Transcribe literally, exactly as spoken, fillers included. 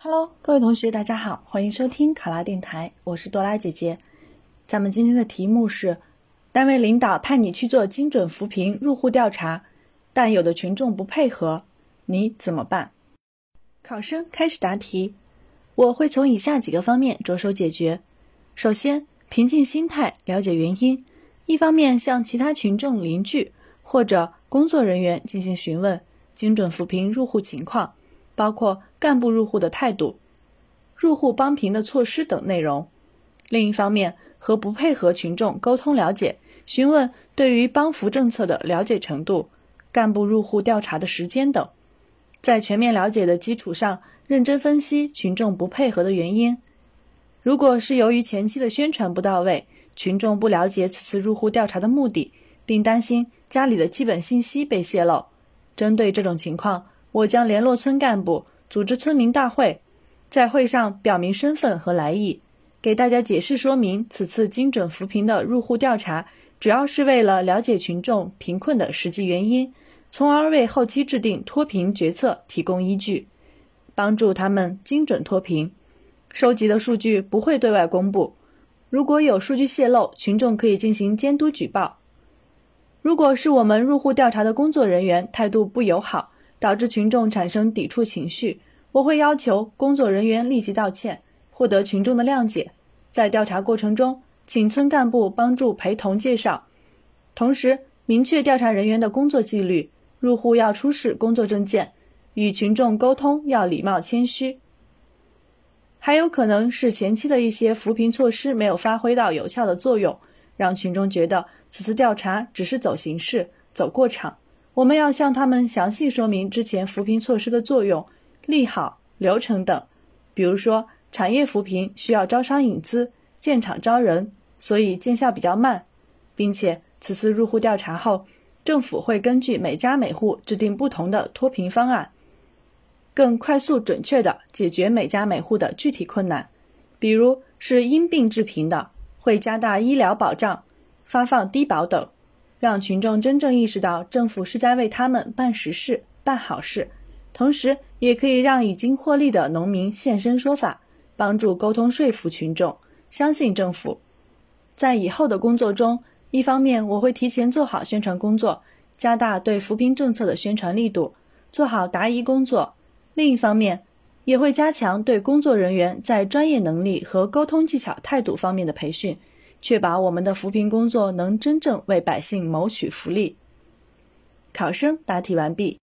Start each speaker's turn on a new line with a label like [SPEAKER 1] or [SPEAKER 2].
[SPEAKER 1] Hello， 各位同学，大家好，欢迎收听卡拉电台，我是多拉姐姐。咱们今天的题目是：单位领导派你去做精准扶贫入户调查，但有的群众不配合，你怎么办？考生开始答题，我会从以下几个方面着手解决。首先，平静心态，了解原因。一方面向其他群众邻居或者工作人员进行询问精准扶贫入户情况，包括干部入户的态度、入户帮贫的措施等内容。另一方面，和不配合群众沟通了解，询问对于帮扶政策的了解程度、干部入户调查的时间等。在全面了解的基础上，认真分析群众不配合的原因。如果是由于前期的宣传不到位，群众不了解此次入户调查的目的，并担心家里的基本信息被泄露，针对这种情况，我将联络村干部，组织村民大会，在会上表明身份和来意，给大家解释说明此次精准扶贫的入户调查主要是为了了解群众贫困的实际原因，从而为后期制定脱贫决策提供依据，帮助他们精准脱贫。收集的数据不会对外公布，如果有数据泄露，群众可以进行监督举报。如果是我们入户调查的工作人员态度不友好，导致群众产生抵触情绪，我会要求工作人员立即道歉，获得群众的谅解。在调查过程中，请村干部帮助陪同介绍，同时明确调查人员的工作纪律，入户要出示工作证件，与群众沟通要礼貌谦虚。还有可能是前期的一些扶贫措施没有发挥到有效的作用，让群众觉得此次调查只是走形式、走过场。我们要向他们详细说明之前扶贫措施的作用、利好、流程等。比如说，产业扶贫需要招商引资、建厂招人，所以见效比较慢，并且此次入户调查后，政府会根据每家每户制定不同的脱贫方案，更快速准确地解决每家每户的具体困难。比如是因病致贫的，会加大医疗保障，发放低保等，让群众真正意识到政府是在为他们办实事、办好事。同时也可以让已经获利的农民现身说法，帮助沟通说服群众相信政府。在以后的工作中，一方面我会提前做好宣传工作，加大对扶贫政策的宣传力度，做好答疑工作。另一方面，也会加强对工作人员在专业能力和沟通技巧态度方面的培训，确保我们的扶贫工作能真正为百姓谋取福利。考生答题完毕。